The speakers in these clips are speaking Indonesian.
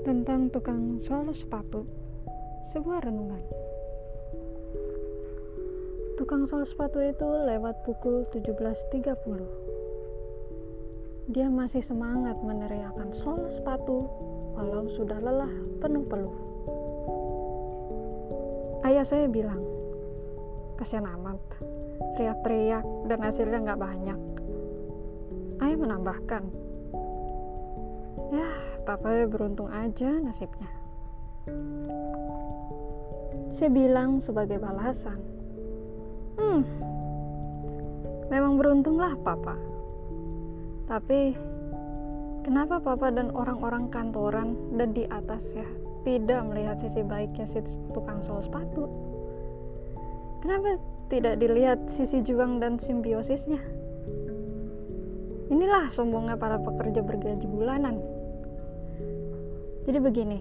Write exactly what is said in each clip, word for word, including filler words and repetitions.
tentang tukang sol sepatu, sebuah renungan. Tukang sol sepatu itu lewat pukul tujuh belas tiga puluh. Dia masih semangat meneriakkan sol sepatu walau sudah lelah penuh peluh. Ayah saya bilang, kasihan amat, teriak-teriak dan hasilnya gak banyak. Ayah menambahkan, ya papa beruntung aja nasibnya. Saya bilang sebagai balasan, hmm, memang beruntunglah papa. Tapi kenapa papa dan orang-orang kantoran dan di atasnya tidak melihat sisi baiknya si tukang sol sepatu? Kenapa tidak dilihat sisi juang dan simbiosisnya? Inilah sombongnya para pekerja bergaji bulanan. Jadi begini,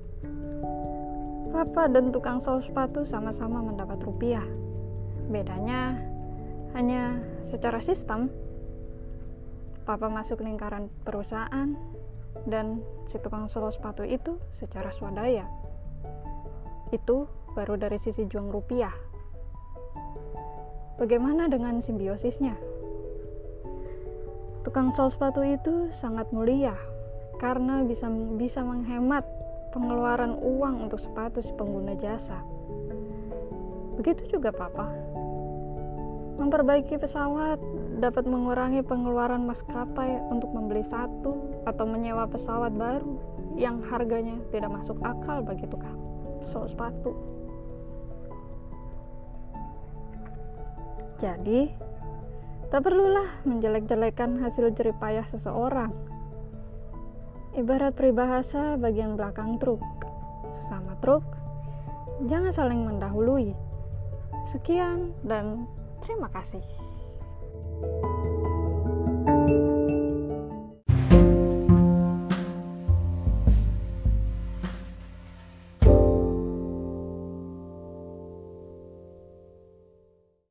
papa dan tukang sol sepatu sama-sama mendapat rupiah. Bedanya hanya secara sistem. Papa masuk lingkaran perusahaan dan si tukang sol sepatu itu secara swadaya. Itu baru dari sisi juang rupiah. Bagaimana dengan simbiosisnya? Tukang sol sepatu itu sangat mulia karena bisa bisa menghemat pengeluaran uang untuk sepatu si pengguna jasa. Begitu juga papa. Memperbaiki pesawat dapat mengurangi pengeluaran maskapai untuk membeli satu atau menyewa pesawat baru yang harganya tidak masuk akal bagi tukang sol sepatu. Jadi, tak perlulah menjelek-jelekan hasil jeripayah seseorang. Ibarat peribahasa bagian belakang truk, sesama truk, jangan saling mendahului. Sekian dan terima kasih.